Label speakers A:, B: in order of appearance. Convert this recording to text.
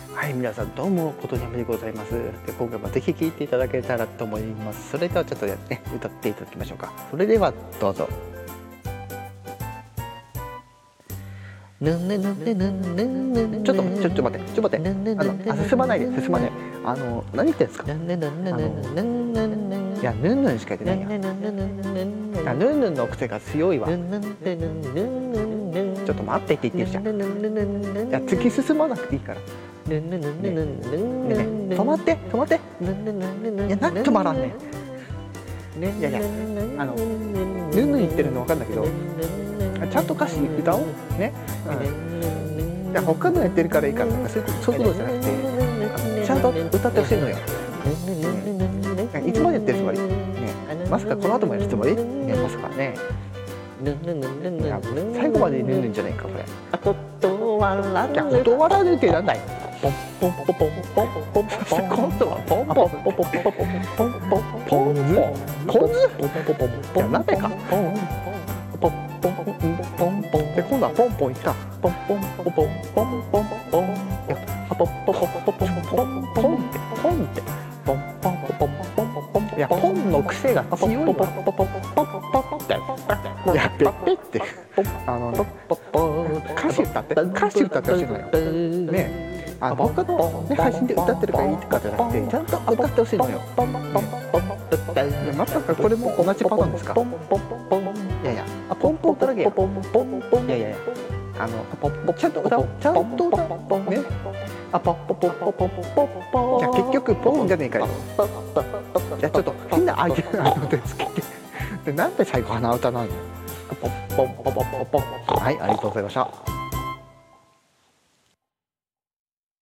A: はい、皆さんどうもことにゃむでございます。で、今回もぜひ聴いていただけたらと思います。それではちょっとね、歌っていただきましょうか。それではどうぞ。ぬんねぬんねぬんねんねん。ちょっと待って、進まないで、何言ってんですか。いや、ぬんぬんしか言ってないや。ぬんぬんの癖が強いわ。ちょっと待ってって言ってるじゃん。いや、突き進まなくていいから。止まって。いや、なんで止まらんねん。いや、ぬんぬん言ってるの分かんだけど、ちゃんと歌詞歌おうね。いや、他のやってるからいいから、なんかそういうことじゃなくて、ちゃんと歌ってほしいのよ。いつまでやってるつもり？ね、まさかこの後もやるつもり？ね、まさかね。最後までぬんぬんじゃないかこれ。断られるってなんだい。ポンポンポンポンポンポンポン。今度はポンポンポンポンポンポンポンポンズ。いや、鍋か。ポンポンポンポンポンで、今度はポンポンいった。ポンポンポンポンポンポンポン。いや、ポンポンポンポンポンポンポンってポンってポンポンポンポンポンポン。いや、ポンの癖が強いわ。いや、ペッペって歌詞歌ってほしいのよ。ね、他の配信で歌ってるからいいとかじゃなくて、ちゃんと歌ってほしいのよ。まさかこれも同じパターンですか。いやいや、ポンポンだらけや。いやいやいや、ちゃんと歌おう。ちゃんと歌おうね。いや、結局ポンじゃねえかよ。いや、ちょっと変なアイデアの手つけて。で、なんで最後鼻歌なの。はい、ありがとうございました。